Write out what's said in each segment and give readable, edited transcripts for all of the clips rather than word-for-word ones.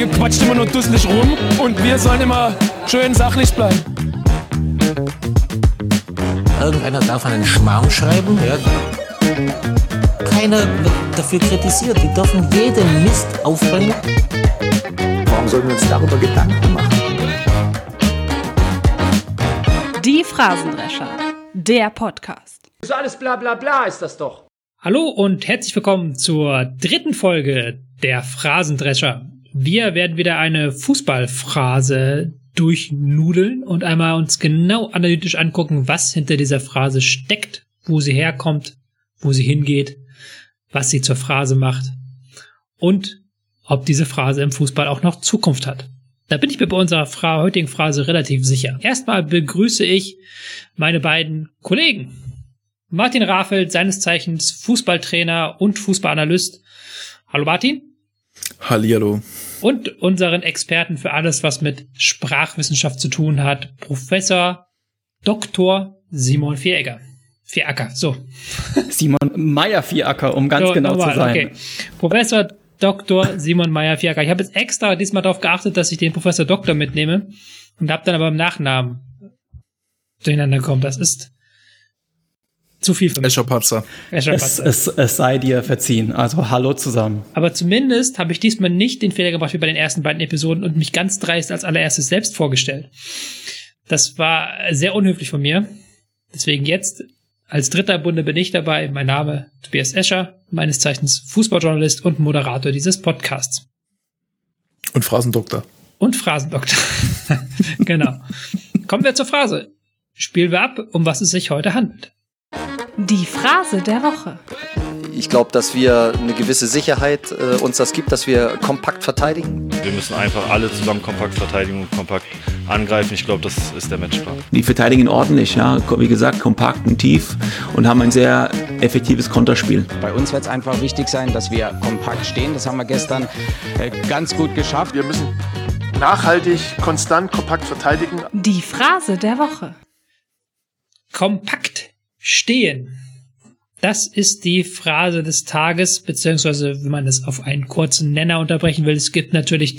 Ihr quatscht immer nur dusselig rum und wir sollen immer schön sachlich bleiben. Irgendeiner darf einen Schmarrn schreiben, ja. Keiner wird dafür kritisiert. Die dürfen jeden Mist aufbringen. Warum sollten wir uns darüber Gedanken machen? Die Phrasendrescher, der Podcast. So alles bla bla bla ist das doch. Hallo und herzlich willkommen zur dritten Folge der Phrasendrescher. Wir werden wieder eine Fußballphrase durchnudeln und einmal uns genau analytisch angucken, was hinter dieser Phrase steckt, wo sie herkommt, wo sie hingeht, was sie zur Phrase macht und ob diese Phrase im Fußball auch noch Zukunft hat. Da bin ich mir bei unserer heutigen Phrase relativ sicher. Erstmal begrüße ich meine beiden Kollegen. Martin Rafelt, seines Zeichens Fußballtrainer und Fußballanalyst. Hallo Martin. Hallihallo. Und unseren Experten für alles, was mit Sprachwissenschaft zu tun hat, Professor Dr. Simon Vieracker. So. Simon Meyer-Vieracker, um ganz genau zu sein. Okay. Professor Dr. Simon Meyer-Vieracker. Ich habe jetzt extra diesmal darauf geachtet, dass ich den Professor Doktor mitnehme und habe dann aber im Nachnamen durcheinander gekommen. Das ist zu viel für mich. Escherpatzer. Es sei dir verziehen. Also hallo zusammen. Aber zumindest habe ich diesmal nicht den Fehler gemacht wie bei den ersten beiden Episoden und mich ganz dreist als allererstes selbst vorgestellt. Das war sehr unhöflich von mir. Deswegen jetzt als dritter Bunde bin ich dabei. Mein Name Tobias Escher, meines Zeichens Fußballjournalist und Moderator dieses Podcasts. Und Phrasendoktor. Genau. Kommen wir zur Phrase. Spielen wir ab, um was es sich heute handelt. Die Phrase der Woche. Ich glaube, dass wir eine gewisse Sicherheit uns das gibt, dass wir kompakt verteidigen. Wir müssen einfach alle zusammen kompakt verteidigen und kompakt angreifen. Ich glaube, das ist der Matchplan. Die verteidigen ordentlich, ja, wie gesagt, kompakt und tief und haben ein sehr effektives Konterspiel. Bei uns wird es einfach wichtig sein, dass wir kompakt stehen. Das haben wir gestern ganz gut geschafft. Wir müssen nachhaltig, konstant, kompakt verteidigen. Die Phrase der Woche. Kompakt stehen. Das ist die Phrase des Tages, beziehungsweise wenn man das auf einen kurzen Nenner unterbrechen will, es gibt natürlich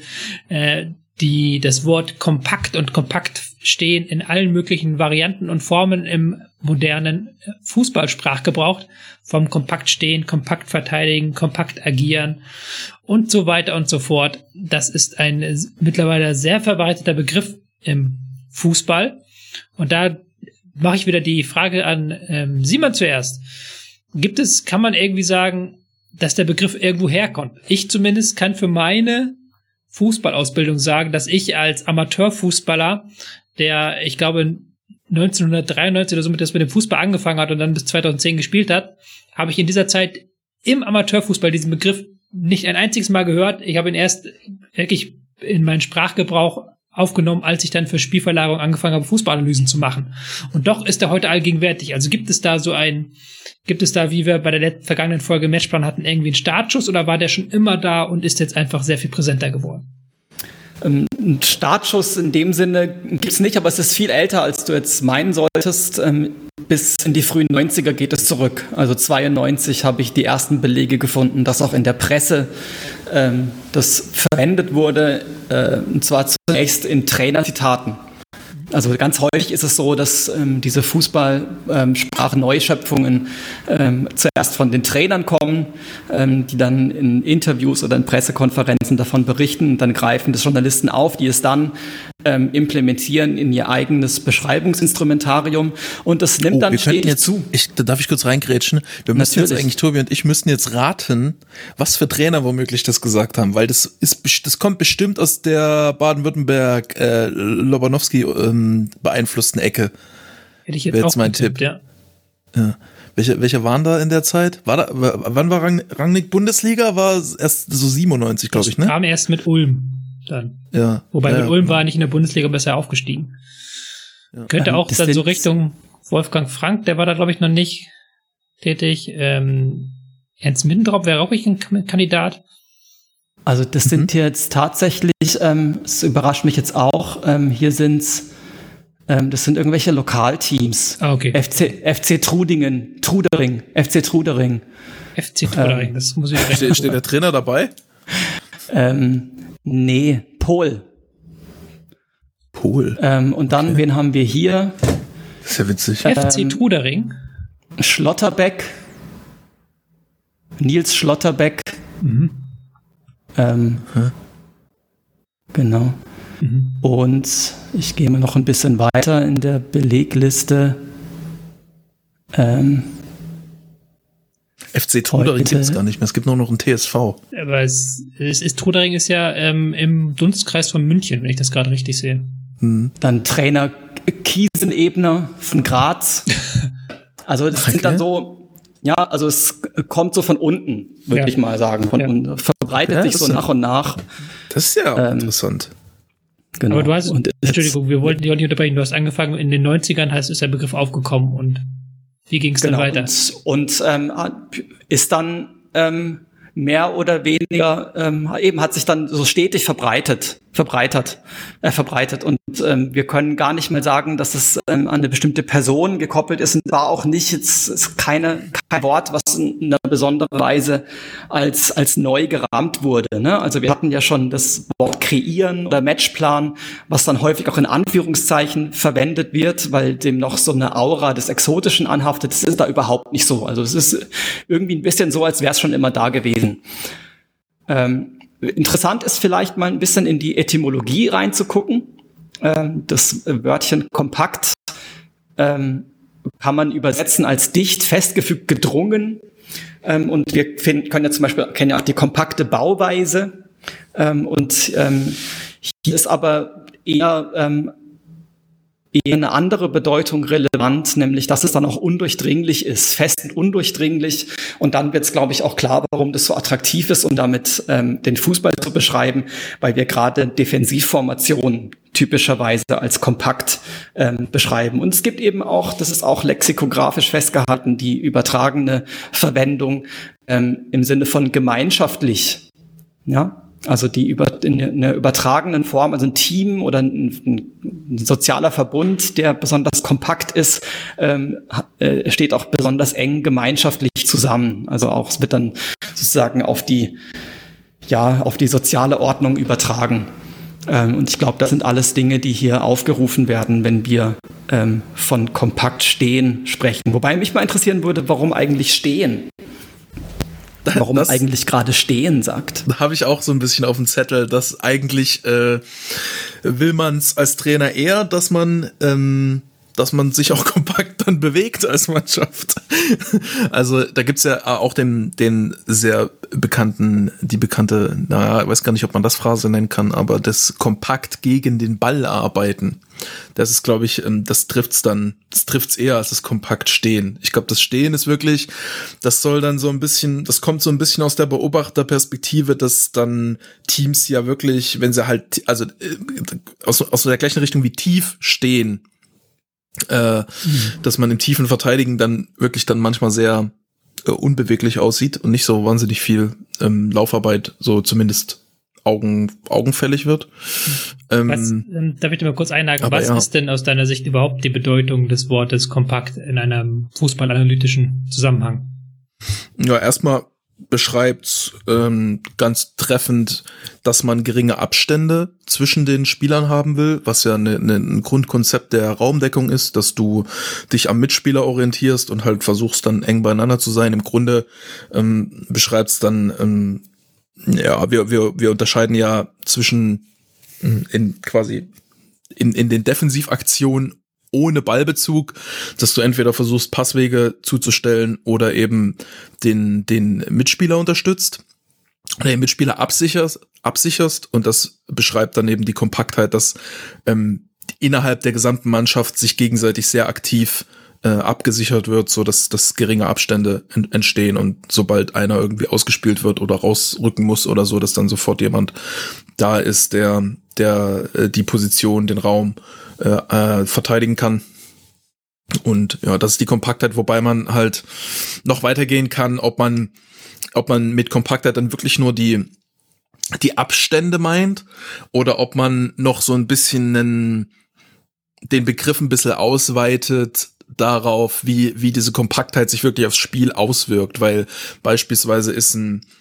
das Wort kompakt und kompakt stehen in allen möglichen Varianten und Formen im modernen Fußballsprachgebrauch, vom kompakt stehen, kompakt verteidigen, kompakt agieren und so weiter und so fort. Das ist ein mittlerweile sehr verbreiteter Begriff im Fußball und da mache ich wieder die Frage an Simon zuerst. Kann man irgendwie sagen, dass der Begriff irgendwo herkommt? Ich zumindest kann für meine Fußballausbildung sagen, dass ich als Amateurfußballer, der, ich glaube, 1993 oder so mit dem Fußball angefangen hat und dann bis 2010 gespielt hat, habe ich in dieser Zeit im Amateurfußball diesen Begriff nicht ein einziges Mal gehört. Ich habe ihn erst wirklich in meinen Sprachgebrauch aufgenommen, als ich dann für Spielverlagerung angefangen habe, Fußballanalysen zu machen. Und doch ist er heute allgegenwärtig. Also gibt es da, wie wir bei der vergangenen Folge Matchplan hatten, irgendwie einen Startschuss oder war der schon immer da und ist jetzt einfach sehr viel präsenter geworden? Ein Startschuss in dem Sinne gibt's nicht, aber es ist viel älter, als du jetzt meinen solltest. Bis in die frühen 90er geht es zurück. Also 92 habe ich die ersten Belege gefunden, dass auch in der Presse das verwendet wurde, und zwar zunächst in Trainerzitaten. Also ganz häufig ist es so, dass diese Fußballsprachneuschöpfungen zuerst von den Trainern kommen, die dann in Interviews oder in Pressekonferenzen davon berichten und dann greifen das Journalisten auf, die es dann implementieren in ihr eigenes Beschreibungsinstrumentarium und das nimmt dann stetig zu. Darf ich kurz reingrätschen? Wir müssen jetzt eigentlich, Tobi und ich müssten jetzt raten, was für Trainer womöglich das gesagt haben, weil das kommt bestimmt aus der Baden-Württemberg Lobanowski beeinflussten Ecke. Hätte ich jetzt auch mein Tipp. Ja. Welche waren da in der Zeit? Wann war Rangnick Bundesliga? War erst so 97, glaube ich, ne? Kam erst mit Ulm dann. Ja. Wobei mit Ulm war er nicht in der Bundesliga besser aufgestiegen. Ja. Könnte auch dann so Richtung Wolfgang Frank, der war da, glaube ich, noch nicht tätig. Ernst Middendorf wäre auch ein Kandidat. Also das sind jetzt tatsächlich, es überrascht mich jetzt auch, hier sind's Das sind irgendwelche Lokalteams. Ah, okay. FC Trudering. FC Trudering, das muss ich Steht der Trainer dabei? Nee, Pol. Pol. Und dann, wen haben wir hier? Das ist ja witzig. FC Trudering. Schlotterbeck. Nils Schlotterbeck. Genau. Und ich gehe mal noch ein bisschen weiter in der Belegliste. FC Trudering gibt es gar nicht mehr. Es gibt nur noch einen TSV. Aber Trudering ist ja im Dunstkreis von München, wenn ich das gerade richtig sehe. Dann Trainer Kiesenebner von Graz. Also das sind dann so, ja, also es kommt so von unten, würde ich mal sagen. Und verbreitet sich so nach und nach. Das ist ja interessant. Genau. Aber du hast, Entschuldigung, wir wollten dich auch nicht unterbrechen, du hast angefangen, in den 90ern ist der Begriff aufgekommen und wie ging es dann weiter? Und ist dann mehr oder weniger, eben hat sich dann so stetig verbreitet. Und wir können gar nicht mal sagen, dass es an eine bestimmte Person gekoppelt ist. Und war auch nicht jetzt kein Wort, was in einer besonderen Weise als neu gerahmt wurde. Ne? Also wir hatten ja schon das Wort kreieren oder Matchplan, was dann häufig auch in Anführungszeichen verwendet wird, weil dem noch so eine Aura des Exotischen anhaftet. Das ist da überhaupt nicht so. Also es ist irgendwie ein bisschen so, als wäre es schon immer da gewesen. Interessant ist vielleicht mal ein bisschen in die Etymologie reinzugucken. Das Wörtchen kompakt kann man übersetzen als dicht, festgefügt, gedrungen. Und wir können ja zum Beispiel kennen ja auch die kompakte Bauweise. Hier ist aber eher eine andere Bedeutung relevant, nämlich dass es dann auch undurchdringlich ist, fest und undurchdringlich. Und dann wird es, glaube ich, auch klar, warum das so attraktiv ist, um damit den Fußball zu beschreiben, weil wir gerade Defensivformationen typischerweise als kompakt beschreiben. Und es gibt eben auch, das ist auch lexikografisch festgehalten, die übertragene Verwendung im Sinne von gemeinschaftlich, ja. Also in einer übertragenen Form, also ein Team oder ein sozialer Verbund, der besonders kompakt ist, steht auch besonders eng gemeinschaftlich zusammen. Also auch es wird dann sozusagen auf die soziale Ordnung übertragen. Und ich glaube, das sind alles Dinge, die hier aufgerufen werden, wenn wir von kompakt stehen sprechen. Wobei mich mal interessieren würde, warum eigentlich stehen? Warum das eigentlich gerade stehen sagt. Da habe ich auch so ein bisschen auf dem Zettel, dass eigentlich will man es als Trainer eher, dass man sich auch kompakt dann bewegt als Mannschaft. Also da gibt's ja auch den sehr bekannte, ich weiß gar nicht, ob man das Phrase nennen kann, aber das kompakt gegen den Ball arbeiten. Das ist, glaube ich, das trifft's eher als das kompakt stehen. Ich glaube, das Stehen ist wirklich, das kommt so ein bisschen aus der Beobachterperspektive, dass dann Teams ja wirklich, wenn sie halt, also aus der gleichen Richtung wie tief stehen, dass man im tiefen Verteidigen dann wirklich dann manchmal sehr unbeweglich aussieht und nicht so wahnsinnig viel Laufarbeit, so zumindest augenfällig wird. Darf ich dir mal kurz einhaken, was ist denn aus deiner Sicht überhaupt die Bedeutung des Wortes kompakt in einem fußballanalytischen Zusammenhang? Ja, erstmal beschreibt ganz treffend, dass man geringe Abstände zwischen den Spielern haben will, was ja ein Grundkonzept der Raumdeckung ist, dass du dich am Mitspieler orientierst und halt versuchst dann eng beieinander zu sein. Im Grunde beschreibt's dann wir unterscheiden ja zwischen in den Defensivaktionen ohne Ballbezug, dass du entweder versuchst, Passwege zuzustellen oder eben den Mitspieler unterstützt oder den Mitspieler absicherst und das beschreibt dann eben die Kompaktheit, dass innerhalb der gesamten Mannschaft sich gegenseitig sehr aktiv abgesichert wird, so dass geringe Abstände entstehen und sobald einer irgendwie ausgespielt wird oder rausrücken muss oder so, dass dann sofort jemand da ist, der die Position, den Raum verteidigen kann. Und ja, das ist die Kompaktheit, wobei man halt noch weitergehen kann, ob man mit Kompaktheit dann wirklich nur die Abstände meint oder ob man noch so ein bisschen den Begriff ein bisschen ausweitet darauf, wie diese Kompaktheit sich wirklich aufs Spiel auswirkt, weil beispielsweise ist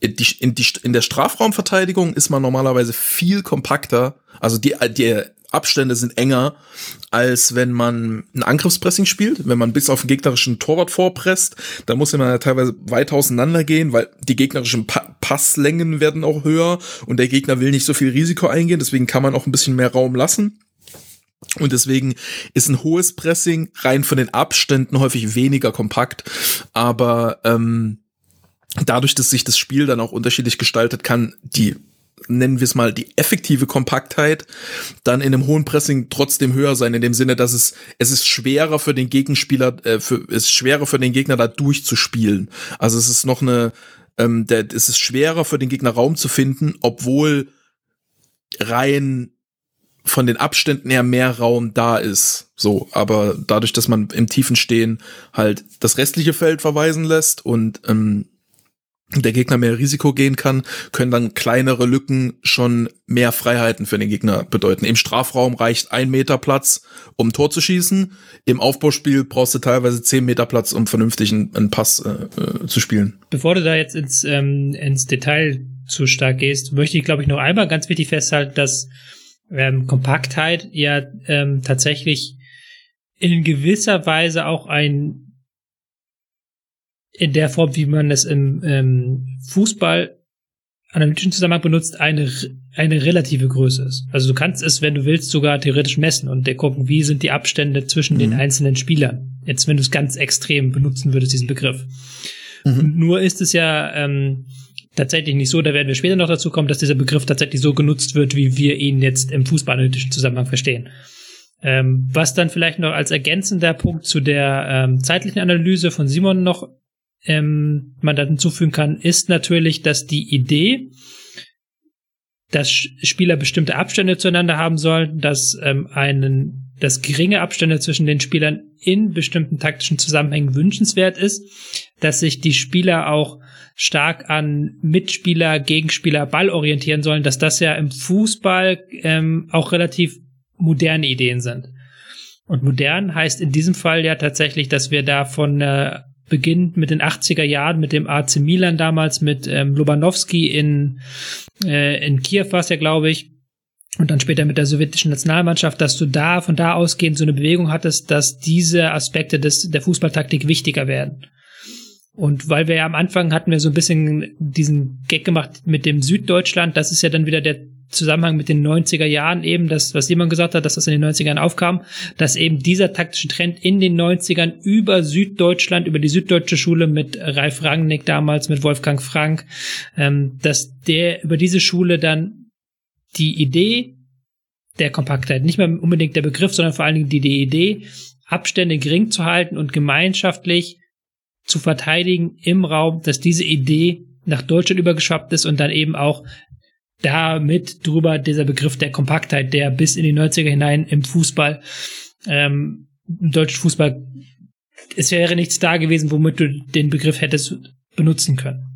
in der Strafraumverteidigung ist man normalerweise viel kompakter, also die Abstände sind enger, als wenn man ein Angriffspressing spielt, wenn man bis auf den gegnerischen Torwart vorpresst, da muss man ja teilweise weit auseinander gehen, weil die gegnerischen Passlängen werden auch höher und der Gegner will nicht so viel Risiko eingehen, deswegen kann man auch ein bisschen mehr Raum lassen. Und deswegen ist ein hohes Pressing rein von den Abständen häufig weniger kompakt, aber dadurch, dass sich das Spiel dann auch unterschiedlich gestaltet, kann nennen wir es mal, die effektive Kompaktheit dann in einem hohen Pressing trotzdem höher sein, in dem Sinne, dass es ist schwerer für den Gegenspieler, für den Gegner da durchzuspielen. Also es ist noch es ist schwerer für den Gegner Raum zu finden, obwohl rein von den Abständen her mehr Raum da ist. So, aber dadurch, dass man im tiefen Stehen halt das restliche Feld verweisen lässt und der Gegner mehr Risiko gehen kann, können dann kleinere Lücken schon mehr Freiheiten für den Gegner bedeuten. Im Strafraum reicht 1 Meter Platz, um ein Tor zu schießen. Im Aufbauspiel brauchst du teilweise 10 Meter Platz, um vernünftig einen Pass zu spielen. Bevor du da jetzt ins Detail zu stark gehst, möchte ich, glaube ich, noch einmal ganz wichtig festhalten, dass Kompaktheit ja tatsächlich in gewisser Weise auch in der Form, wie man es im Fußball analytischen Zusammenhang benutzt, eine relative Größe ist. Also du kannst es, wenn du willst, sogar theoretisch messen und gucken, wie sind die Abstände zwischen den einzelnen Spielern. Jetzt, wenn du es ganz extrem benutzen würdest, diesen Begriff. Nur ist es ja tatsächlich nicht so, da werden wir später noch dazu kommen, dass dieser Begriff tatsächlich so genutzt wird, wie wir ihn jetzt im fußballanalytischen Zusammenhang verstehen. Was dann vielleicht noch als ergänzender Punkt zu der zeitlichen Analyse von Simon noch man da hinzufügen kann, ist natürlich, dass die Idee, dass Spieler bestimmte Abstände zueinander haben sollen, dass geringe Abstände zwischen den Spielern in bestimmten taktischen Zusammenhängen wünschenswert ist, dass sich die Spieler auch stark an Mitspieler, Gegenspieler, Ball orientieren sollen, dass das ja im Fußball auch relativ moderne Ideen sind. Und modern heißt in diesem Fall ja tatsächlich, dass wir da beginnend mit den 80er Jahren, mit dem AC Milan damals, mit Lobanowski in Kiew war es ja, glaube ich, und dann später mit der sowjetischen Nationalmannschaft, dass du da von da ausgehend so eine Bewegung hattest, dass diese Aspekte der Fußballtaktik wichtiger werden. Und weil wir ja am Anfang hatten wir so ein bisschen diesen Gag gemacht mit dem Süddeutschland, das ist ja dann wieder der Zusammenhang mit den 90er Jahren eben, das, was jemand gesagt hat, dass das in den 90ern aufkam, dass eben dieser taktische Trend in den 90ern über Süddeutschland, über die süddeutsche Schule mit Ralf Rangnick damals, mit Wolfgang Frank, dass über diese Schule dann die Idee der Kompaktheit, nicht mehr unbedingt der Begriff, sondern vor allen Dingen die Idee, Abstände gering zu halten und gemeinschaftlich zu verteidigen im Raum, dass diese Idee nach Deutschland übergeschwappt ist und dann eben auch damit drüber dieser Begriff der Kompaktheit, der bis in die 90er hinein im Fußball, im deutschen Fußball, es wäre nichts da gewesen, womit du den Begriff hättest benutzen können.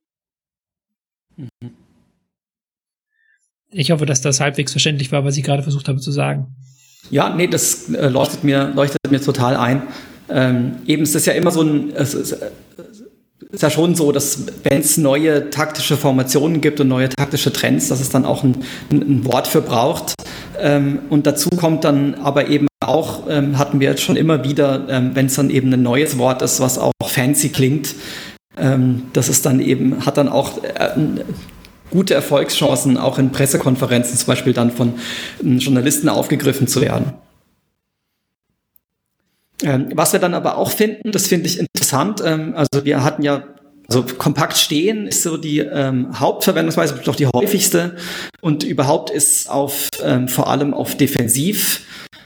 Ich hoffe, dass das halbwegs verständlich war, was ich gerade versucht habe zu sagen. Ja, nee, das leuchtet mir total ein. Eben ist es ja immer so ist ja schon so, dass wenn es neue taktische Formationen gibt und neue taktische Trends, dass es dann auch ein Wort für braucht. Und dazu kommt dann aber eben auch, hatten wir jetzt schon immer wieder, wenn es dann eben ein neues Wort ist, was auch fancy klingt, dass es dann eben, hat dann auch gute Erfolgschancen, auch in Pressekonferenzen zum Beispiel dann von Journalisten aufgegriffen zu werden. Was wir dann aber auch finden, das finde ich interessant, also wir hatten ja, also kompakt stehen ist so die Hauptverwendungsweise, doch die häufigste und überhaupt ist vor allem auf defensive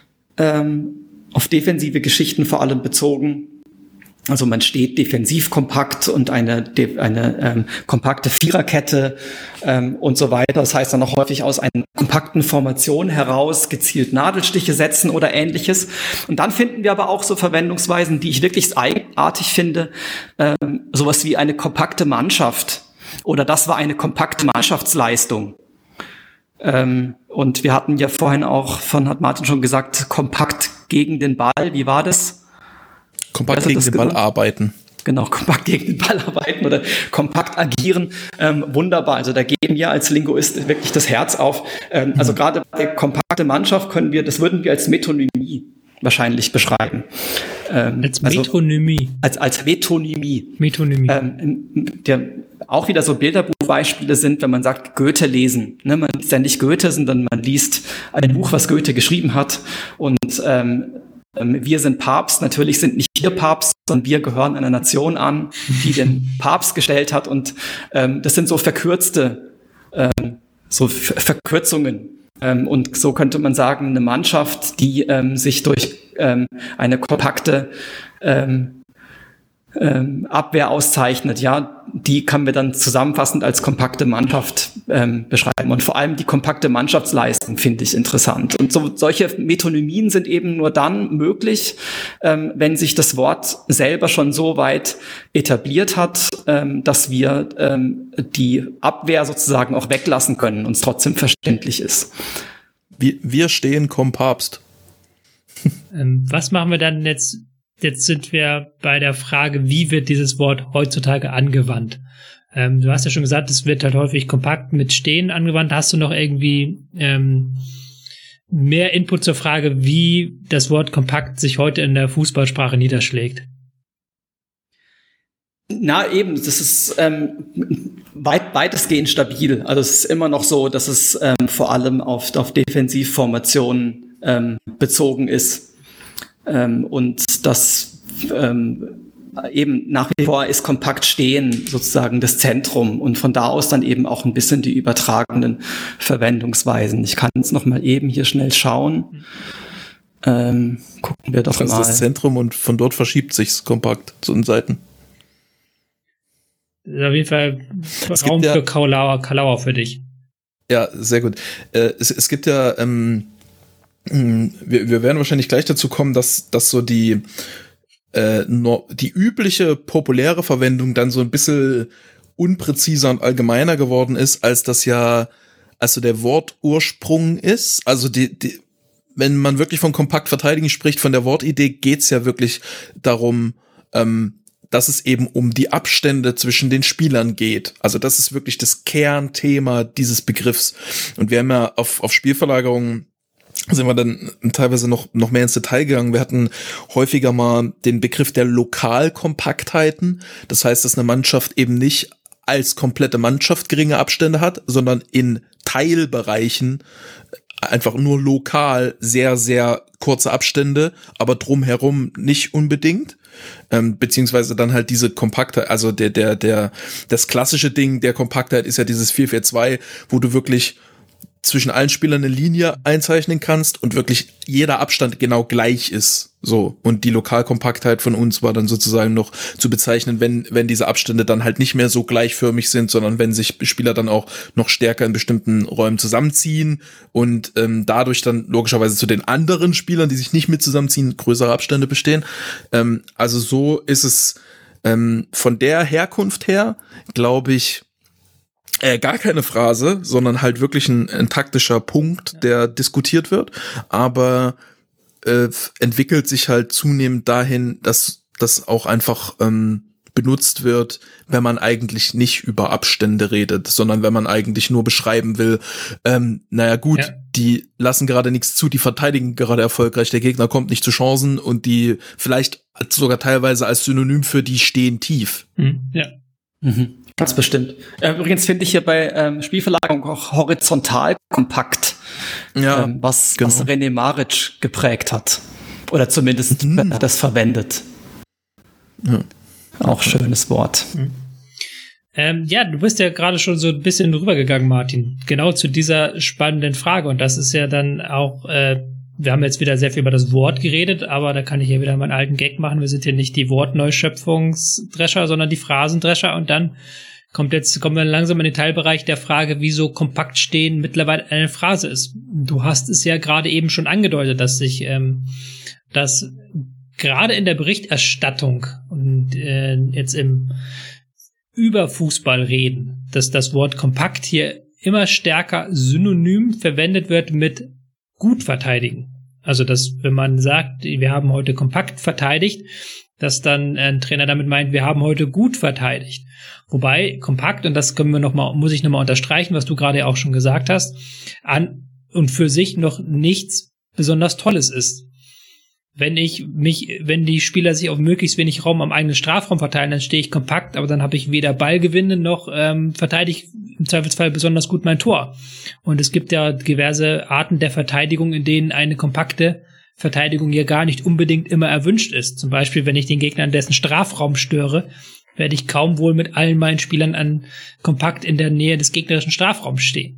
Geschichten vor allem bezogen. Also man steht defensiv kompakt und eine kompakte Viererkette und so weiter. Das heißt dann auch häufig aus einer kompakten Formation heraus gezielt Nadelstiche setzen oder Ähnliches. Und dann finden wir aber auch so Verwendungsweisen, die ich wirklich eigenartig finde. Sowas wie eine kompakte Mannschaft oder das war eine kompakte Mannschaftsleistung. Und wir hatten ja vorhin auch hat Martin schon gesagt, kompakt gegen den Ball. Wie war das? Kompakt gegen den Ball arbeiten. Genau, kompakt gegen den Ball arbeiten oder kompakt agieren, wunderbar. Also da geht mir als Linguist wirklich das Herz auf. Also gerade bei kompakte Mannschaft das würden wir als Metonymie wahrscheinlich beschreiben. Als Metonymie. Als Metonymie. Metonymie. Auch wieder so Bilderbuchbeispiele sind, wenn man sagt, Goethe lesen. Ne? Man liest ja nicht Goethe, sondern man liest ein Buch, was Goethe geschrieben hat. Und wir sind Papst. Natürlich sind nicht wir Papst, sondern wir gehören einer Nation an, die den Papst gestellt hat. Und das sind so verkürzte, Verkürzungen. Und so könnte man sagen, eine Mannschaft, die sich durch eine kompakte Abwehr auszeichnet, ja, die kann wir dann zusammenfassend als kompakte Mannschaft beschreiben. Und vor allem die kompakte Mannschaftsleistung finde ich interessant. Und solche Metonymien sind eben nur dann möglich, wenn sich das Wort selber schon so weit etabliert hat, dass wir die Abwehr sozusagen auch weglassen können und es trotzdem verständlich ist. Wir stehen kom Papst. Was machen wir dann jetzt? Jetzt sind wir bei der Frage, wie wird dieses Wort heutzutage angewandt? Du hast ja schon gesagt, es wird halt häufig kompakt mit Stehen angewandt. Hast du noch irgendwie mehr Input zur Frage, wie das Wort kompakt sich heute in der Fußballsprache niederschlägt? Na eben, das ist weitestgehend stabil. Also es ist immer noch so, dass es vor allem auf Defensivformationen bezogen ist. Und das eben nach wie vor ist kompakt stehen sozusagen das Zentrum und von da aus dann eben auch ein bisschen die übertragenen Verwendungsweisen. Ich kann jetzt noch mal eben hier schnell schauen. Gucken wir doch mal. Das ist das Zentrum und von dort verschiebt sich's kompakt zu den Seiten. Das ist auf jeden Fall Raum für Kalauer für dich. Ja, sehr gut. Es gibt ja wir werden wahrscheinlich gleich dazu kommen, dass so die übliche populäre Verwendung dann so ein bisschen unpräziser und allgemeiner geworden ist, als das ja also der Wortursprung ist. Also wenn man wirklich von kompakt verteidigen spricht, von der Wortidee geht's ja wirklich darum, dass es eben um die Abstände zwischen den Spielern geht. Also das ist wirklich das Kernthema dieses Begriffs. Und wir haben ja auf Spielverlagerungen sind wir dann teilweise noch mehr ins Detail gegangen. Wir hatten häufiger mal den Begriff der Lokalkompaktheiten. Das heißt, dass eine Mannschaft eben nicht als komplette Mannschaft geringe Abstände hat, sondern in Teilbereichen einfach nur lokal sehr, sehr kurze Abstände, aber drumherum nicht unbedingt. Beziehungsweise dann halt diese Kompaktheit, also das klassische Ding der Kompaktheit ist ja dieses 4-4-2, wo du wirklich zwischen allen Spielern eine Linie einzeichnen kannst und wirklich jeder Abstand genau gleich ist. So. Und die Lokalkompaktheit von uns war dann sozusagen noch zu bezeichnen, wenn diese Abstände dann halt nicht mehr so gleichförmig sind, sondern wenn sich Spieler dann auch noch stärker in bestimmten Räumen zusammenziehen und dadurch dann logischerweise zu den anderen Spielern, die sich nicht mit zusammenziehen, größere Abstände bestehen. Also so ist es von der Herkunft her, glaube ich, gar keine Phrase, sondern halt wirklich ein taktischer Punkt, der diskutiert wird, aber entwickelt sich halt zunehmend dahin, dass das auch einfach benutzt wird, wenn man eigentlich nicht über Abstände redet, sondern wenn man eigentlich nur beschreiben will, die lassen gerade nichts zu, die verteidigen gerade erfolgreich, der Gegner kommt nicht zu Chancen und die vielleicht sogar teilweise als Synonym für die stehen tief. Ja. Mhm. Ganz bestimmt. Übrigens finde ich hier bei Spielverlagerung auch horizontal kompakt, was René Maric geprägt hat. Oder zumindest das verwendet. Ja. Auch schönes Wort. Du bist ja gerade schon so ein bisschen rübergegangen, Martin, genau zu dieser spannenden Frage. Und das ist ja dann auch, wir haben jetzt wieder sehr viel über das Wort geredet, aber da kann ich hier wieder meinen alten Gag machen. Wir sind hier nicht die Wortneuschöpfungsdrescher, sondern die Phrasendrescher. Und dann kommen wir langsam in den Teilbereich der Frage, wieso kompakt stehen mittlerweile eine Phrase ist. Du hast es ja gerade eben schon angedeutet, dass sich das gerade in der Berichterstattung und jetzt über Fußball reden, dass das Wort kompakt hier immer stärker synonym verwendet wird mit gut verteidigen. Also, dass, wenn man sagt, wir haben heute kompakt verteidigt, dass dann ein Trainer damit meint, wir haben heute gut verteidigt. Wobei kompakt, und das muss ich nochmal unterstreichen, was du gerade auch schon gesagt hast, an und für sich noch nichts besonders Tolles ist. Wenn die Spieler sich auf möglichst wenig Raum am eigenen Strafraum verteilen, dann stehe ich kompakt, aber dann habe ich weder Ballgewinne noch verteidige im Zweifelsfall besonders gut mein Tor. Und es gibt ja diverse Arten der Verteidigung, in denen eine kompakte Verteidigung ja gar nicht unbedingt immer erwünscht ist. Zum Beispiel, wenn ich den Gegner in dessen Strafraum störe, werde ich kaum wohl mit allen meinen Spielern kompakt in der Nähe des gegnerischen Strafraums stehen.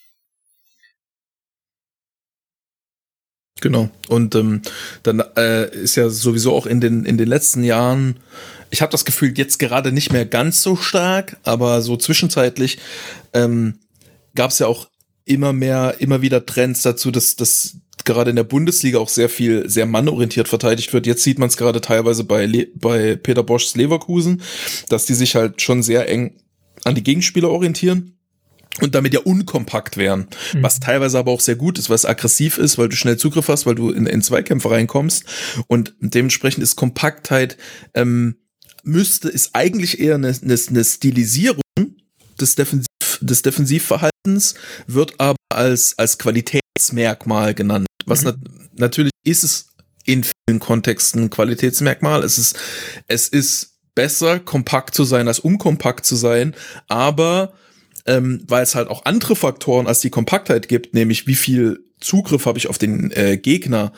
Genau. Und dann ist ja sowieso auch in den letzten Jahren, ich habe das Gefühl, jetzt gerade nicht mehr ganz so stark, aber so zwischenzeitlich gab es ja auch immer wieder Trends dazu, dass gerade in der Bundesliga auch sehr mannorientiert verteidigt wird. Jetzt sieht man es gerade teilweise bei Peter Boschs Leverkusen, dass die sich halt schon sehr eng an die Gegenspieler orientieren und damit ja unkompakt wären, was teilweise aber auch sehr gut ist, weil es aggressiv ist, weil du schnell Zugriff hast, weil du in Zweikämpfe reinkommst, und dementsprechend ist Kompaktheit ist eigentlich eher eine Stilisierung des Defensivverhaltens, wird aber als Qualitätsmerkmal genannt. Was natürlich ist es in vielen Kontexten ein Qualitätsmerkmal. Es ist besser, kompakt zu sein, als unkompakt zu sein, aber weil es halt auch andere Faktoren als die Kompaktheit gibt, nämlich wie viel Zugriff habe ich auf den Gegner,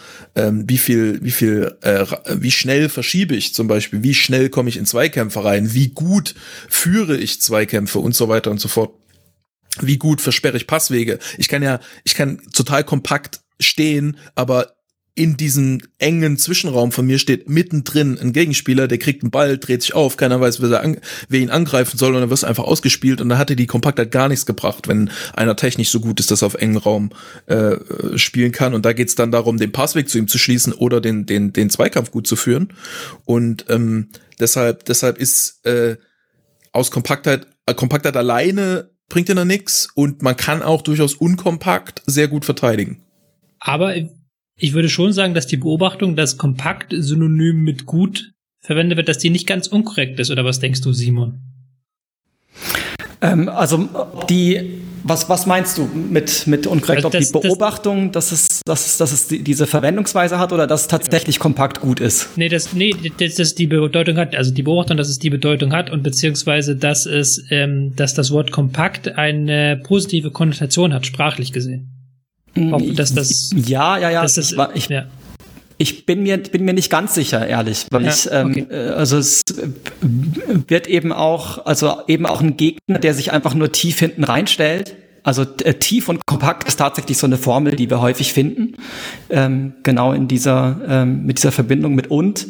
wie schnell verschiebe ich zum Beispiel, wie schnell komme ich in Zweikämpfe rein, wie gut führe ich Zweikämpfe und so weiter und so fort. Wie gut versperre ich Passwege? Ich kann total kompakt stehen, aber in diesem engen Zwischenraum von mir steht mittendrin ein Gegenspieler, der kriegt einen Ball, dreht sich auf, keiner weiß, wer ihn angreifen soll, und dann wird es einfach ausgespielt, und da hatte die Kompaktheit gar nichts gebracht, wenn einer technisch so gut ist, dass er auf engen Raum spielen kann. Und da geht es dann darum, den Passweg zu ihm zu schließen oder den Zweikampf gut zu führen. Und deshalb ist aus Kompaktheit alleine bringt ja noch nichts, und man kann auch durchaus unkompakt sehr gut verteidigen. Aber ich würde schon sagen, dass die Beobachtung, dass kompakt synonym mit gut verwendet wird, dass die nicht ganz unkorrekt ist. Oder was denkst du, Simon? Was meinst du mit unkorrekt? Also ob die Beobachtung, dass es diese Verwendungsweise hat, oder dass es tatsächlich kompakt gut ist? Dass die Bedeutung hat, also die Beobachtung, dass es die Bedeutung hat, und beziehungsweise, dass das Wort kompakt eine positive Konnotation hat, sprachlich gesehen. Ich bin mir nicht ganz sicher, ehrlich, weil also es wird eben auch ein Gegner, der sich einfach nur tief hinten reinstellt. Also tief und kompakt ist tatsächlich so eine Formel, die wir häufig finden, genau in mit dieser Verbindung mit und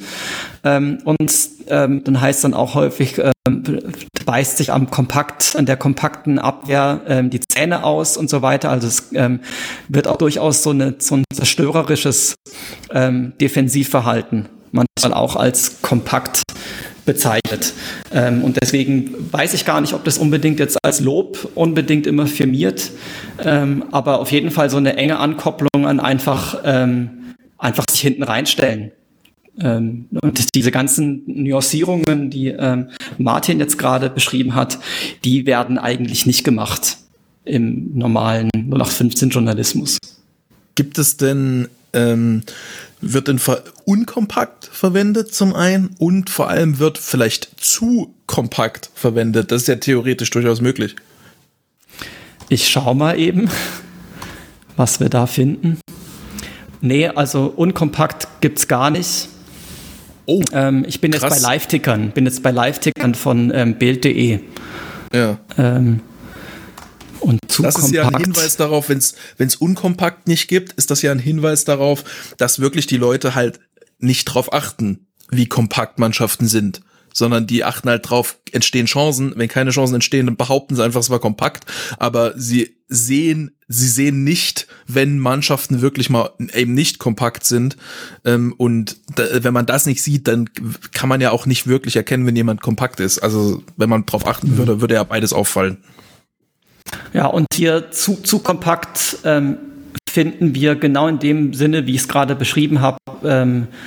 dann heißt dann auch häufig, beißt sich an der kompakten Abwehr die Zähne aus und so weiter. Also es wird auch durchaus so ein zerstörerisches Defensivverhalten manchmal auch als kompakt bezeichnet. Und deswegen weiß ich gar nicht, ob das unbedingt jetzt als Lob unbedingt immer firmiert, aber auf jeden Fall so eine enge Ankopplung an einfach sich hinten reinstellen. Und diese ganzen Nuancierungen, die Martin jetzt gerade beschrieben hat, die werden eigentlich nicht gemacht im normalen 0815-Journalismus. Gibt es denn, wird denn unkompakt verwendet zum einen, und vor allem wird vielleicht zu kompakt verwendet? Das ist ja theoretisch durchaus möglich. Ich schau mal eben, was wir da finden. Nee, also unkompakt gibt's gar nicht. Oh, ich bin krass. Bin jetzt bei Live-Tickern von Bild.de. Ja. Und zu das kompakt. Ist ja ein Hinweis darauf, wenn es unkompakt nicht gibt, ist das ja ein Hinweis darauf, dass wirklich die Leute halt nicht drauf achten, wie kompakt Mannschaften sind, sondern die achten halt drauf, entstehen Chancen. Wenn keine Chancen entstehen, dann behaupten sie einfach, es war kompakt, aber sie sehen nicht, wenn Mannschaften wirklich mal eben nicht kompakt sind, und wenn man das nicht sieht, dann kann man ja auch nicht wirklich erkennen, wenn jemand kompakt ist. Also wenn man drauf achten würde, würde ja beides auffallen. Ja, und hier zu kompakt finden wir genau in dem Sinne, wie ich es gerade beschrieben habe,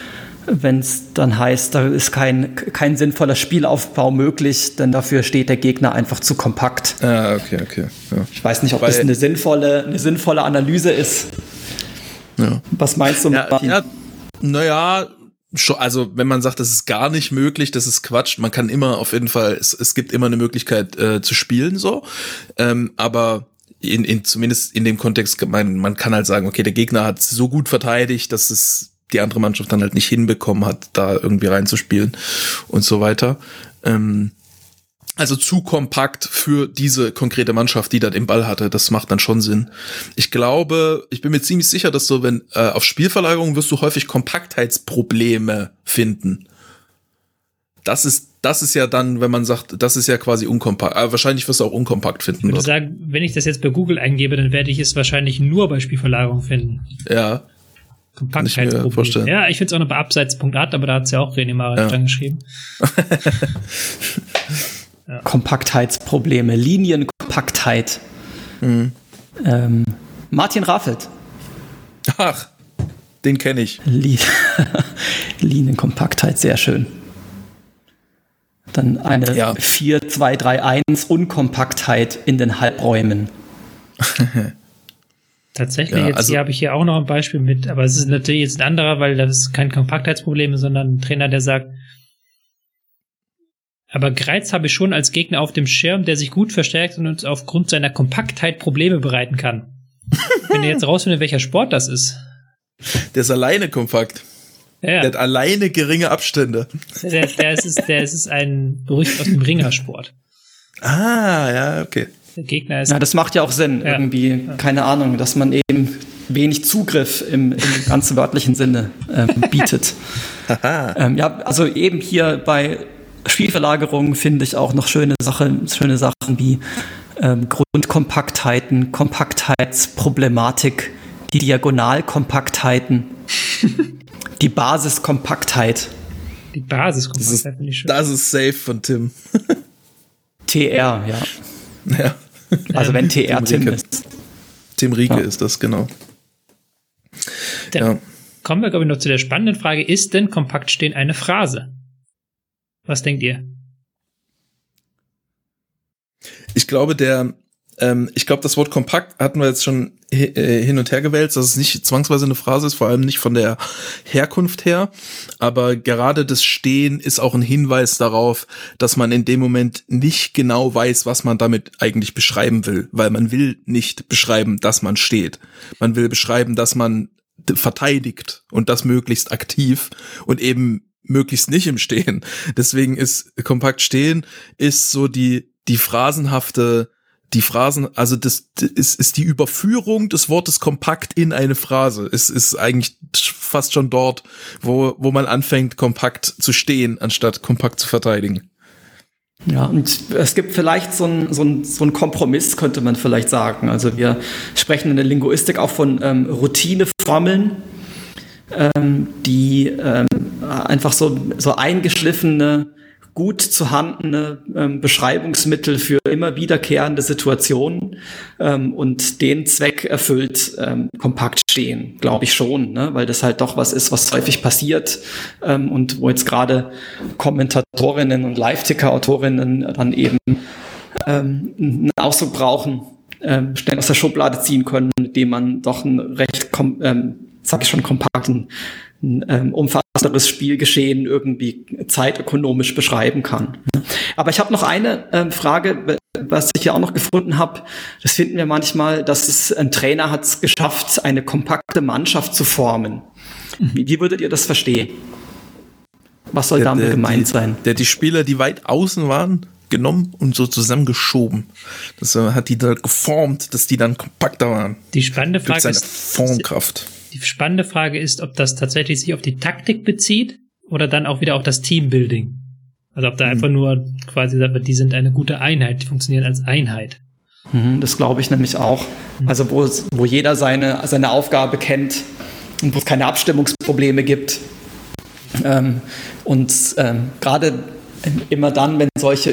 wenn es dann heißt, da ist kein sinnvoller Spielaufbau möglich, denn dafür steht der Gegner einfach zu kompakt. Okay. Ja. Ich weiß nicht, ob das eine sinnvolle Analyse ist. Ja. Was meinst du, Martin? Naja, also wenn man sagt, das ist gar nicht möglich, das ist Quatsch. Man kann immer auf jeden Fall, es gibt immer eine Möglichkeit zu spielen, so. Aber zumindest in dem Kontext, man kann halt sagen, okay, der Gegner hat so gut verteidigt, dass es die andere Mannschaft dann halt nicht hinbekommen hat, da irgendwie reinzuspielen und so weiter. Also zu kompakt für diese konkrete Mannschaft, die da den Ball hatte, das macht dann schon Sinn. Ich glaube, ich bin mir ziemlich sicher, dass du, wenn auf Spielverlagerung wirst du häufig Kompaktheitsprobleme finden. Das ist ja dann, wenn man sagt, das ist ja quasi unkompakt. Aber wahrscheinlich wirst du auch unkompakt finden. Ich würde sagen, wenn ich das jetzt bei Google eingebe, dann werde ich es wahrscheinlich nur bei Spielverlagerung finden. Ja. Kompaktheitsproblem. Ja, ich finde es auch noch bei Abseits.at, aber da hat es ja auch René Maric dran geschrieben. Ja. Kompaktheitsprobleme, Linienkompaktheit. Martin Raffelt. Ach, den kenne ich. Linienkompaktheit, sehr schön. Dann eine 4-2-3-1 Unkompaktheit in den Halbräumen. Tatsächlich, hier habe ich hier auch noch ein Beispiel mit, aber es ist natürlich jetzt ein anderer, weil das kein Kompaktheitsproblem ist, sondern ein Trainer, der sagt, aber Greiz habe ich schon als Gegner auf dem Schirm, der sich gut verstärkt und uns aufgrund seiner Kompaktheit Probleme bereiten kann. Wenn ihr jetzt rausfindet, welcher Sport das ist. Der ist alleine kompakt. Ja. Der hat alleine geringe Abstände. Der ist ein Gerücht aus dem Ringersport. Ja, okay. Der Gegner ist. Ja, das macht ja auch Sinn, irgendwie, keine Ahnung, dass man eben wenig Zugriff im ganz wörtlichen Sinne bietet. Also eben hier bei Spielverlagerung finde ich auch noch schöne Sachen wie Grundkompaktheiten, Kompaktheitsproblematik, die Diagonalkompaktheiten, die Basiskompaktheit. Die Basiskompaktheit finde ich schön. Das ist safe von Tim. TR, ja. Also wenn TR Tim ist. Tim Rieke ist das, genau. Dann kommen wir, glaube ich, noch zu der spannenden Frage, ist denn Kompaktstehen eine Phrase? Was denkt ihr? Ich glaube, das Wort kompakt hatten wir jetzt schon hin und her gewälzt, dass es nicht zwangsweise eine Phrase ist, vor allem nicht von der Herkunft her. Aber gerade das Stehen ist auch ein Hinweis darauf, dass man in dem Moment nicht genau weiß, was man damit eigentlich beschreiben will. Weil man will nicht beschreiben, dass man steht. Man will beschreiben, dass man verteidigt und das möglichst aktiv und eben möglichst nicht im Stehen. Deswegen ist kompakt stehen ist so das ist die Überführung des Wortes kompakt in eine Phrase. Es ist eigentlich fast schon dort, wo man anfängt, kompakt zu stehen, anstatt kompakt zu verteidigen. Ja, und es gibt vielleicht so ein Kompromiss, könnte man vielleicht sagen. Also wir sprechen in der Linguistik auch von Routineformeln, die einfach so eingeschliffene, gut zu handende Beschreibungsmittel für immer wiederkehrende Situationen und den Zweck erfüllt kompakt stehen, glaube ich schon, ne? Weil das halt doch was ist, was häufig passiert und wo jetzt gerade Kommentatorinnen und Live-Ticker-Autorinnen dann eben einen Ausdruck brauchen, schnell aus der Schublade ziehen können, mit dem man doch ein recht kompakten, umfassenderes Spielgeschehen irgendwie zeitökonomisch beschreiben kann. Aber ich habe noch eine Frage, was ich ja auch noch gefunden habe. Das finden wir manchmal, dass ein Trainer hat es geschafft, eine kompakte Mannschaft zu formen. Wie würdet ihr das verstehen? Was soll damit gemeint sein? Der hat die Spieler, die weit außen waren, genommen und so zusammengeschoben. Das hat die da geformt, dass die dann kompakter waren. Die spannende Frage ist Formkraft. Die spannende Frage ist, ob das tatsächlich sich auf die Taktik bezieht oder dann auch wieder auf das Teambuilding. Also ob da einfach nur quasi sagt, die sind eine gute Einheit, die funktionieren als Einheit. Das glaube ich nämlich auch. Also wo jeder seine Aufgabe kennt und wo es keine Abstimmungsprobleme gibt. Gerade immer dann, wenn solche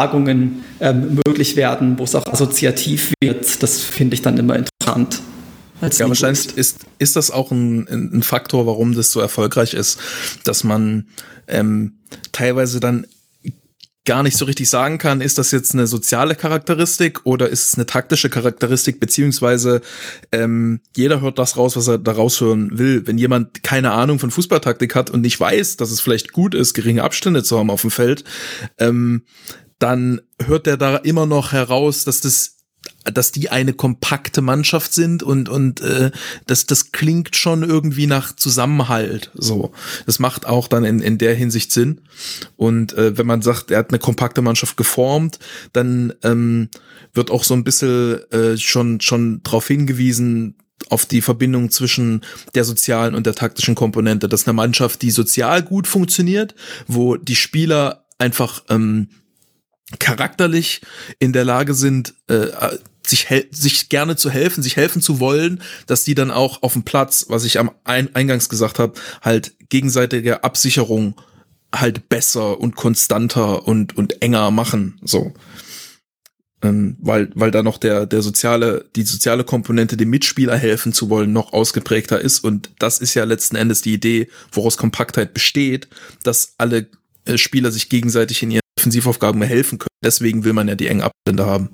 Übertragungen möglich werden, wo es auch assoziativ wird, das finde ich dann immer interessant. Ja, wahrscheinlich ist das auch ein Faktor, warum das so erfolgreich ist, dass man teilweise dann gar nicht so richtig sagen kann, ist das jetzt eine soziale Charakteristik oder ist es eine taktische Charakteristik, beziehungsweise jeder hört das raus, was er da raushören will. Wenn jemand keine Ahnung von Fußballtaktik hat und nicht weiß, dass es vielleicht gut ist, geringe Abstände zu haben auf dem Feld, dann hört der da immer noch heraus, dass die eine kompakte Mannschaft sind und das klingt schon irgendwie nach Zusammenhalt. So, das macht auch dann in der Hinsicht Sinn. Und wenn man sagt, er hat eine kompakte Mannschaft geformt, dann wird auch so ein bisschen schon darauf hingewiesen, auf die Verbindung zwischen der sozialen und der taktischen Komponente. Das ist eine Mannschaft, die sozial gut funktioniert, wo die Spieler einfach charakterlich in der Lage sind, sich gerne zu helfen, sich helfen zu wollen, dass die dann auch auf dem Platz, was ich am eingangs gesagt habe, halt gegenseitige Absicherung halt besser und konstanter und enger machen, so. Weil da noch die soziale Komponente, dem Mitspieler helfen zu wollen, noch ausgeprägter ist. Und das ist ja letzten Endes die Idee, woraus Kompaktheit besteht, dass alle Spieler sich gegenseitig in ihren Defensivaufgaben helfen können. Deswegen will man ja die engen Abstände haben.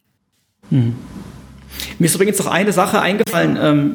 Mir ist übrigens noch eine Sache eingefallen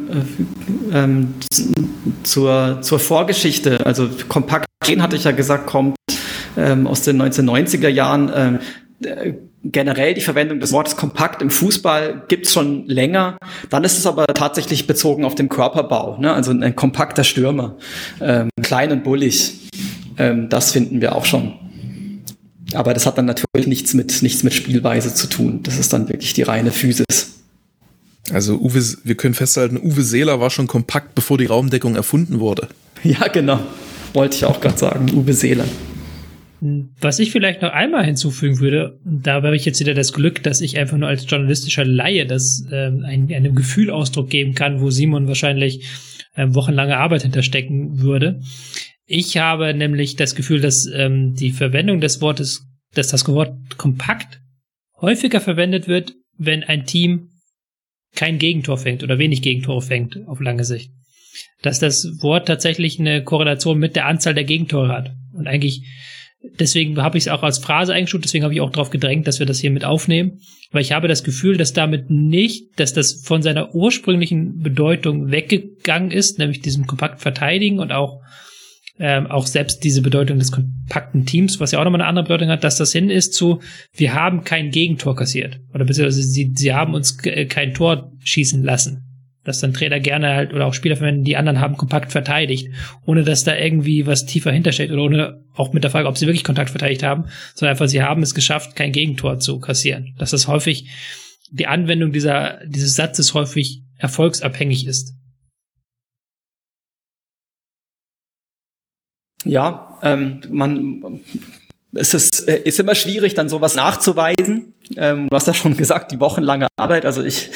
zur Vorgeschichte. Also kompakt stehen, hatte ich ja gesagt, kommt aus den 1990er Jahren. Generell die Verwendung des Wortes kompakt im Fußball gibt's schon länger. Dann ist es aber tatsächlich bezogen auf den Körperbau, ne? Also ein kompakter Stürmer, klein und bullig. Das finden wir auch schon. Aber das hat dann natürlich nichts mit Spielweise zu tun. Das ist dann wirklich die reine Physis. Also wir können festhalten, Uwe Seeler war schon kompakt, bevor die Raumdeckung erfunden wurde. Ja, genau. Wollte ich auch gerade sagen, Uwe Seeler. Was ich vielleicht noch einmal hinzufügen würde, da habe ich jetzt wieder das Glück, dass ich einfach nur als journalistischer Laie das einem Gefühl Ausdruck geben kann, wo Simon wahrscheinlich wochenlange Arbeit hinterstecken würde. Ich habe nämlich das Gefühl, dass die Verwendung des Wortes, dass das Wort kompakt häufiger verwendet wird, wenn ein Team kein Gegentor fängt oder wenig Gegentore fängt auf lange Sicht. Dass das Wort tatsächlich eine Korrelation mit der Anzahl der Gegentore hat. Und eigentlich, deswegen habe ich es auch als Phrase eingestuft, deswegen habe ich auch darauf gedrängt, dass wir das hier mit aufnehmen. Weil ich habe das Gefühl, dass damit nicht, dass das von seiner ursprünglichen Bedeutung weggegangen ist, nämlich diesem kompakt Verteidigen und auch selbst diese Bedeutung des kompakten Teams, was ja auch nochmal eine andere Bedeutung hat, dass das hin ist zu, wir haben kein Gegentor kassiert. Oder beziehungsweise sie haben uns kein Tor schießen lassen. Dass dann Trainer gerne halt oder auch Spieler verwenden, die anderen haben kompakt verteidigt, ohne dass da irgendwie was tiefer hintersteckt oder ohne auch mit der Frage, ob sie wirklich kompakt verteidigt haben, sondern einfach, sie haben es geschafft, kein Gegentor zu kassieren. Dass das häufig, die Anwendung dieses Satzes häufig erfolgsabhängig ist. Ja, es ist immer schwierig, dann sowas nachzuweisen. Du hast ja schon gesagt, die wochenlange Arbeit. Also ich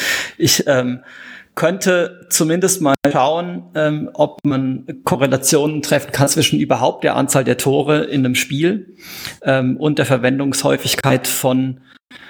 könnte zumindest mal schauen, ob man Korrelationen treffen kann zwischen überhaupt der Anzahl der Tore in einem Spiel und der Verwendungshäufigkeit von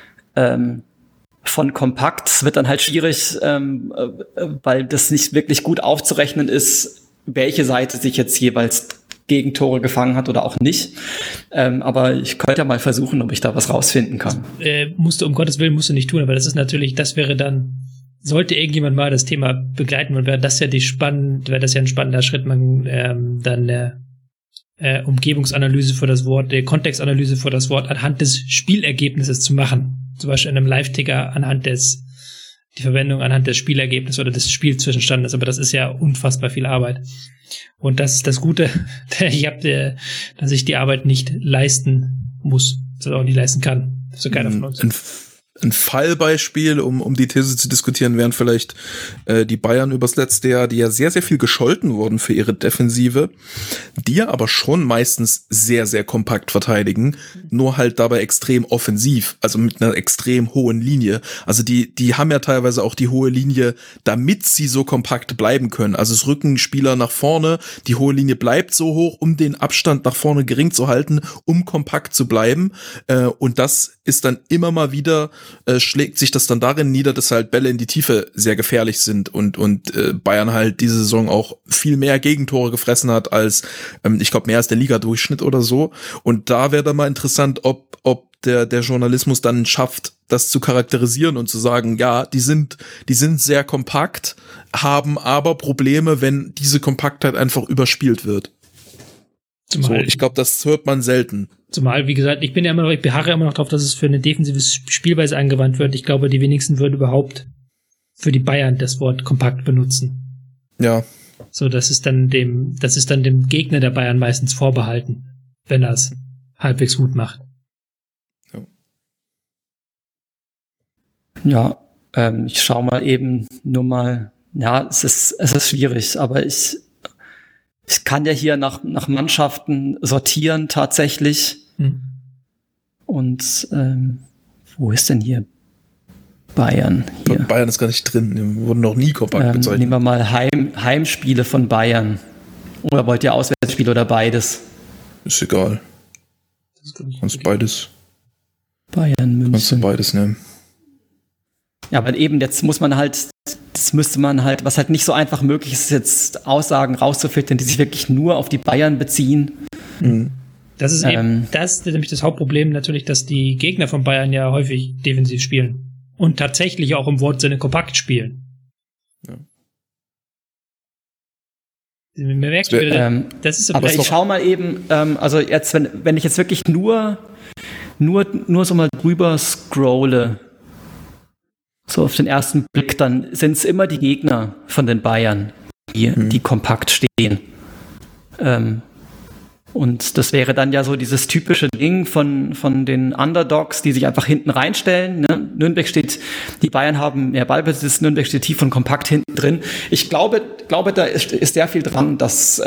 kompakt. Es wird dann halt schwierig, weil das nicht wirklich gut aufzurechnen ist, welche Seite sich jetzt jeweils Gegentore gefangen hat oder auch nicht. Aber ich könnte ja mal versuchen, ob ich da was rausfinden kann. Um Gottes Willen musst du nicht tun, aber das wäre dann, sollte irgendjemand mal das Thema begleiten, wäre das ja ein spannender Schritt, man dann eine Umgebungsanalyse für das Wort, der Kontextanalyse für das Wort anhand des Spielergebnisses zu machen. Zum Beispiel in einem Live-Ticker die Verwendung anhand des Spielergebnisses oder des Spielzwischenstandes, aber das ist ja unfassbar viel Arbeit. Und das ist das Gute, dass ich die Arbeit nicht leisten muss, also auch nicht leisten kann. So keiner von uns. Ein Fallbeispiel, um die These zu diskutieren, wären vielleicht die Bayern übers letzte Jahr, die ja sehr, sehr viel gescholten wurden für ihre Defensive, die ja aber schon meistens sehr, sehr kompakt verteidigen, nur halt dabei extrem offensiv, also mit einer extrem hohen Linie. Also die haben ja teilweise auch die hohe Linie, damit sie so kompakt bleiben können. Also es rücken Spieler nach vorne, die hohe Linie bleibt so hoch, um den Abstand nach vorne gering zu halten, um kompakt zu bleiben. Und das ist dann immer mal wieder schlägt sich das dann darin nieder, dass halt Bälle in die Tiefe sehr gefährlich sind und Bayern halt diese Saison auch viel mehr Gegentore gefressen hat als, ich glaube, mehr als der Liga-Durchschnitt oder so. Und da wäre dann mal interessant, ob der Journalismus dann schafft, das zu charakterisieren und zu sagen, ja, die sind sehr kompakt, haben aber Probleme, wenn diese Kompaktheit einfach überspielt wird. So, ich glaube, das hört man selten. Zumal, wie gesagt, ich beharre immer noch darauf, dass es für eine defensive Spielweise angewandt wird. Ich glaube, die wenigsten würden überhaupt für die Bayern das Wort kompakt benutzen. Ja. So, das ist dann dem Gegner der Bayern meistens vorbehalten, wenn er es halbwegs gut macht. Ja, ich schaue mal eben nur mal, ja, es ist schwierig, aber ich kann ja hier nach Mannschaften sortieren tatsächlich. Und wo ist denn hier Bayern? Hier. Bayern ist gar nicht drin, die wurden noch nie kompakt bezeichnet. Nehmen wir mal Heimspiele von Bayern. Oder wollt ihr Auswärtsspiele oder beides? Ist egal. Kannst beides. Bayern, München. Kannst du beides nehmen. Ja, aber eben, jetzt müsste man halt, was halt nicht so einfach möglich ist, jetzt Aussagen rauszufiltern, die sich wirklich nur auf die Bayern beziehen. Das ist nämlich das Hauptproblem natürlich, dass die Gegner von Bayern ja häufig defensiv spielen. Und tatsächlich auch im Wortsinne kompakt spielen. Ja. Man merkt wieder, das ist aber ich schau mal eben, also jetzt, wenn ich jetzt wirklich nur so mal drüber scrolle, so auf den ersten Blick, dann sind es immer die Gegner von den Bayern, die kompakt stehen. Und das wäre dann ja so dieses typische Ding von den Underdogs, die sich einfach hinten reinstellen. Ne? Die Bayern haben mehr Ballbesitz, Nürnberg steht tief und kompakt hinten drin. Ich glaube, da ist sehr viel dran, dass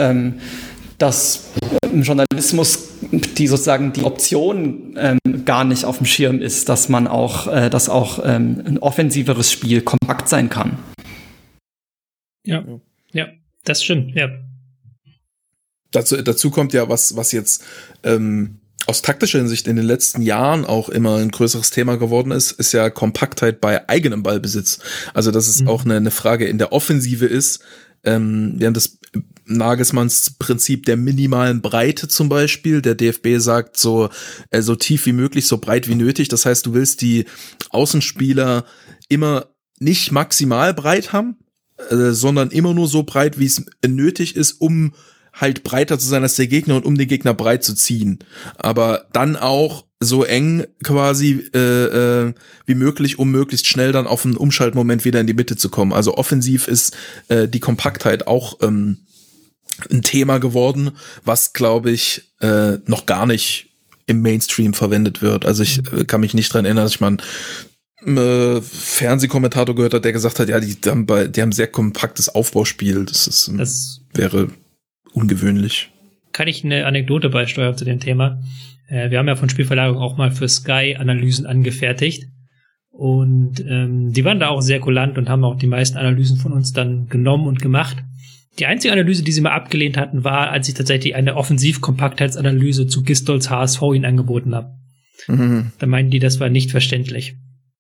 im Journalismus die Option gar nicht auf dem Schirm ist, dass man auch, ein offensiveres Spiel kompakt sein kann. Ja, das stimmt, ja. Dazu kommt ja, was jetzt aus taktischer Hinsicht in den letzten Jahren auch immer ein größeres Thema geworden ist ja Kompaktheit bei eigenem Ballbesitz. Also dass es auch eine Frage in der Offensive ist. Wir haben das Nagelsmanns Prinzip der minimalen Breite zum Beispiel. Der DFB sagt so tief wie möglich, so breit wie nötig. Das heißt, du willst die Außenspieler immer nicht maximal breit haben, sondern immer nur so breit, wie es nötig ist, um halt breiter zu sein als der Gegner und um den Gegner breit zu ziehen. Aber dann auch so eng quasi wie möglich, um möglichst schnell dann auf einen Umschaltmoment wieder in die Mitte zu kommen. Also offensiv ist die Kompaktheit auch ein Thema geworden, was, glaube ich, noch gar nicht im Mainstream verwendet wird. Also ich kann mich nicht dran erinnern, dass ich mal einen Fernsehkommentator gehört hat, der gesagt hat, ja, die haben sehr kompaktes Aufbauspiel. Das wäre ungewöhnlich. Kann ich eine Anekdote beisteuern zu dem Thema? Wir haben ja von Spielverlagerung auch mal für Sky Analysen angefertigt und die waren da auch sehr kulant und haben auch die meisten Analysen von uns dann genommen und gemacht. Die einzige Analyse, die sie mal abgelehnt hatten, war, als ich tatsächlich eine Offensiv-Kompaktheitsanalyse zu Gistols HSV ihnen angeboten habe. Da meinten die, das war nicht verständlich.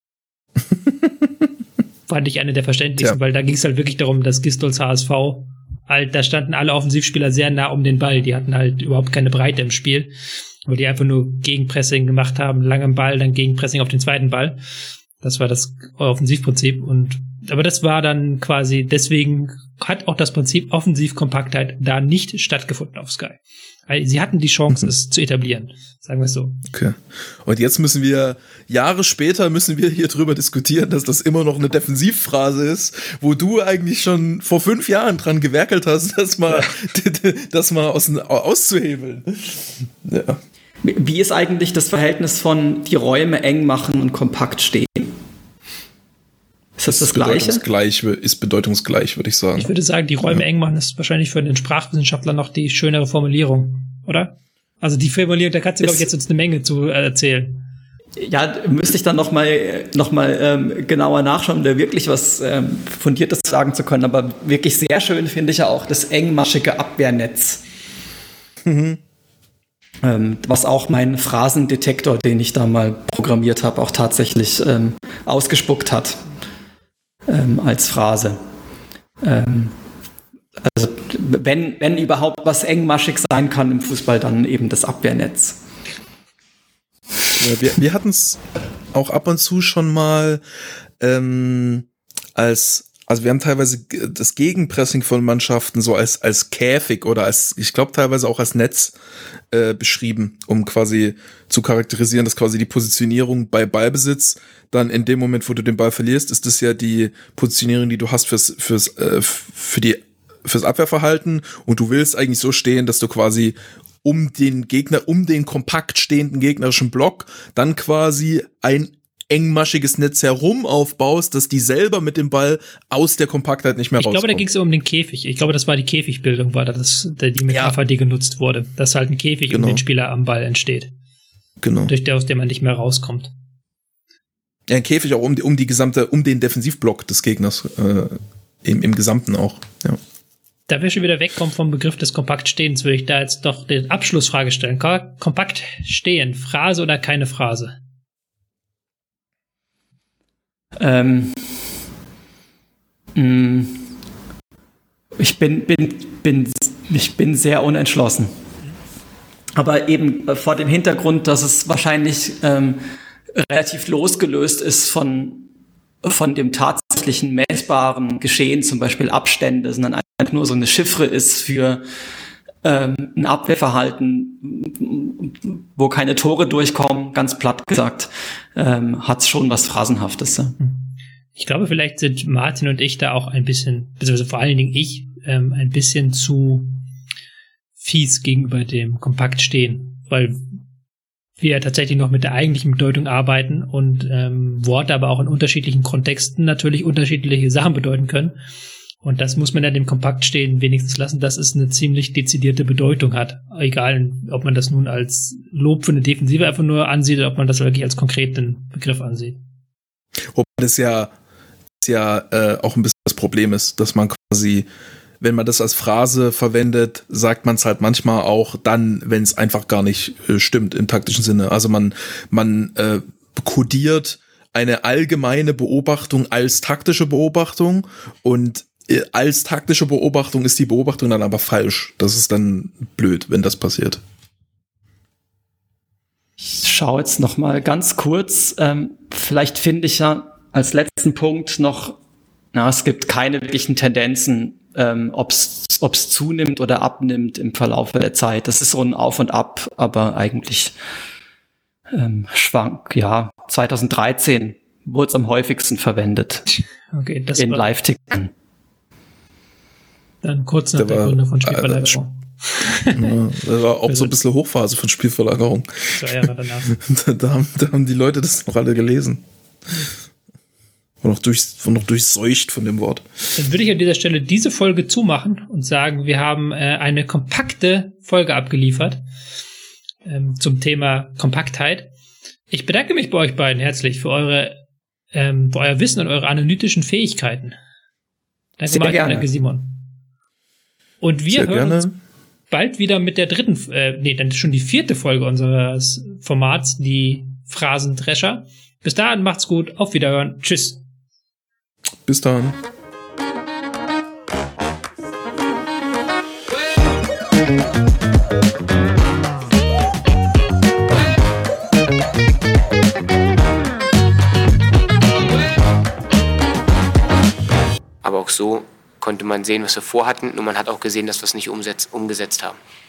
Fand ich eine der verständlichsten, weil da ging es halt wirklich darum, dass Gistols HSV da standen alle Offensivspieler sehr nah um den Ball. Die hatten halt überhaupt keine Breite im Spiel, weil die einfach nur Gegenpressing gemacht haben, langem Ball, dann Gegenpressing auf den zweiten Ball. Das war das Offensivprinzip. Aber das war dann quasi, deswegen hat auch das Prinzip Offensivkompaktheit da nicht stattgefunden auf Sky. Also sie hatten die Chance, es zu etablieren. Sagen wir es so. Okay. Und jetzt Jahre später müssen wir hier drüber diskutieren, dass das immer noch eine Defensivphrase ist, wo du eigentlich schon vor 5 Jahren dran gewerkelt hast, das mal auszuhebeln. Ja. Wie ist eigentlich das Verhältnis von die Räume eng machen und kompakt stehen? Ist das Gleiche? Ist bedeutungsgleich, würde ich sagen. Ich würde sagen, die Räume eng machen ist wahrscheinlich für den Sprachwissenschaftler noch die schönere Formulierung, oder? Also die Formulierung, da kannst du, glaube ich, jetzt uns eine Menge zu erzählen. Ja, müsste ich dann noch mal genauer nachschauen, um da wirklich was Fundiertes sagen zu können. Aber wirklich sehr schön finde ich ja auch das engmaschige Abwehrnetz. Was auch mein Phrasendetektor, den ich da mal programmiert habe, auch tatsächlich ausgespuckt hat als Phrase. Also wenn überhaupt was engmaschig sein kann im Fußball, dann eben das Abwehrnetz. Ja, wir hatten es auch ab und zu schon mal also wir haben teilweise das Gegenpressing von Mannschaften so als Käfig oder ich glaube teilweise auch als Netz beschrieben, um quasi zu charakterisieren, dass quasi die Positionierung bei Ballbesitz dann in dem Moment, wo du den Ball verlierst, ist das ja die Positionierung, die du hast fürs Abwehrverhalten, und du willst eigentlich so stehen, dass du quasi um den kompakt stehenden gegnerischen Block dann quasi ein engmaschiges Netz herum aufbaust, dass die selber mit dem Ball aus der Kompaktheit nicht mehr rauskommen. Ich glaube, da ging es um den Käfig. Ich glaube, das war die Käfigbildung, war das die Metapher, die genutzt wurde. Dass halt ein Käfig um den Spieler am Ball entsteht. Genau. Aus dem man nicht mehr rauskommt. Ja, ein Käfig auch um den Defensivblock des Gegners, im Gesamten auch, ja. Da wir schon wieder wegkommen vom Begriff des Kompaktstehens, würde ich da jetzt doch die Abschlussfrage stellen. Kompakt stehen, Phrase oder keine Phrase? Ich bin sehr unentschlossen. Aber eben vor dem Hintergrund, dass es wahrscheinlich relativ losgelöst ist von dem tatsächlichen messbaren Geschehen, zum Beispiel Abstände, sondern einfach nur so eine Chiffre ist für ein Abwehrverhalten, wo keine Tore durchkommen, ganz platt gesagt, hat's schon was Phrasenhaftes. Ja. Ich glaube, vielleicht sind Martin und ich da auch ein bisschen, beziehungsweise vor allen Dingen ich, ein bisschen zu fies gegenüber dem Kompaktstehen, weil wir tatsächlich noch mit der eigentlichen Bedeutung arbeiten und Worte aber auch in unterschiedlichen Kontexten natürlich unterschiedliche Sachen bedeuten können. Und das muss man ja dem Kompaktstehen wenigstens lassen, dass es eine ziemlich dezidierte Bedeutung hat. Egal, ob man das nun als Lob für eine Defensive einfach nur ansieht oder ob man das wirklich als konkreten Begriff ansieht. Wobei das ja auch ein bisschen das Problem ist, dass man quasi, wenn man das als Phrase verwendet, sagt man es halt manchmal auch dann, wenn es einfach gar nicht stimmt im taktischen Sinne. Also man kodiert eine allgemeine Beobachtung als taktische Beobachtung, und als taktische Beobachtung ist die Beobachtung dann aber falsch. Das ist dann blöd, wenn das passiert. Ich schaue jetzt noch mal ganz kurz. Vielleicht finde ich ja als letzten Punkt noch, es gibt keine wirklichen Tendenzen, ob's zunimmt oder abnimmt im Verlauf der Zeit. Das ist so ein Auf und Ab, aber eigentlich schwank. Ja, 2013 wurde es am häufigsten verwendet. Okay, das in Live-Tickern. Dann kurz nach der Gründung von Spielverlagerung. Das war auch so ein bisschen Hochphase von Spielverlagerung. 2 Jahre danach. Da haben die Leute das noch alle gelesen. Und noch durchseucht von dem Wort. Dann würde ich an dieser Stelle diese Folge zumachen und sagen, wir haben eine kompakte Folge abgeliefert zum Thema Kompaktheit. Ich bedanke mich bei euch beiden herzlich für euer Wissen und eure analytischen Fähigkeiten. Danke, Martin, danke, Simon. Und wir hören uns bald wieder mit der dann ist schon die 4. Folge unseres Formats, die Phrasendrescher. Bis dahin, macht's gut, auf Wiederhören, tschüss. Bis dann. Aber auch so konnte man sehen, was wir vorhatten, und man hat auch gesehen, dass wir es nicht umgesetzt haben.